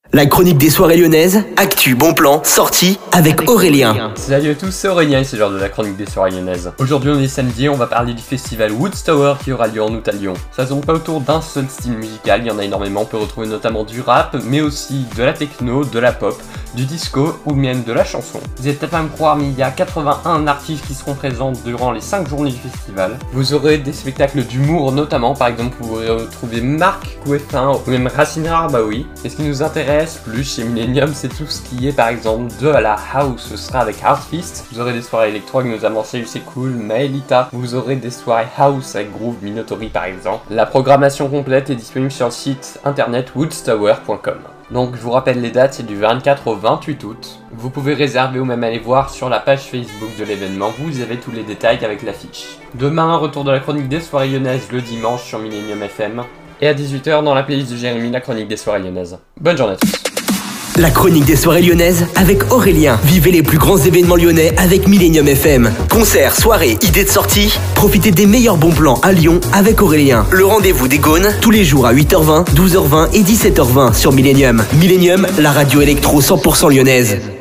La chronique des soirées lyonnaises, actu, bon plan, sortie avec Aurélien. Salut à tous, c'est Aurélien et c'est l'heure de la chronique des soirées lyonnaises. Aujourd'hui on est samedi, on va parler du festival Woodstower qui aura lieu en août à Lyon. Ça se tourne pas autour d'un seul style musical, il y en a énormément, on peut retrouver notamment du rap, mais aussi de la techno, de la pop, du disco ou même de la chanson. Vous allez peut-être pas me croire, mais il y a 81 artistes qui seront présents durant les 5 journées du festival. Vous aurez des spectacles d'humour notamment, par exemple vous pourrez retrouver Marc Coueffin ou même Racine Arbaoui. Et ce qui nous intéresse plus chez Millennium, c'est tout ce qui est par exemple de la house. Ce sera avec Heartfist. Vous aurez des soirées électro avec notamment C'est Cool, Maelita. Vous aurez des soirées house avec Groove Minotauri par exemple. La programmation complète est disponible sur le site internet woodstower.com. Donc je vous rappelle les dates, c'est du 24 au 28 août. Vous pouvez réserver ou même aller voir sur la page Facebook de l'événement, vous avez tous les détails avec l'affiche. Demain, retour de la chronique des soirées lyonnaises le dimanche sur Millennium FM. Et à 18h dans la playlist de Jérémy, la chronique des soirées lyonnaises. Bonne journée à tous. La chronique des soirées lyonnaises avec Aurélien. Vivez les plus grands événements lyonnais avec Millennium FM. Concerts, soirées, idées de sortie. Profitez des meilleurs bons plans à Lyon avec Aurélien. Le rendez-vous des Gaunes, tous les jours à 8h20, 12h20 et 17h20 sur Millennium. Millennium, la radio électro 100% lyonnaise.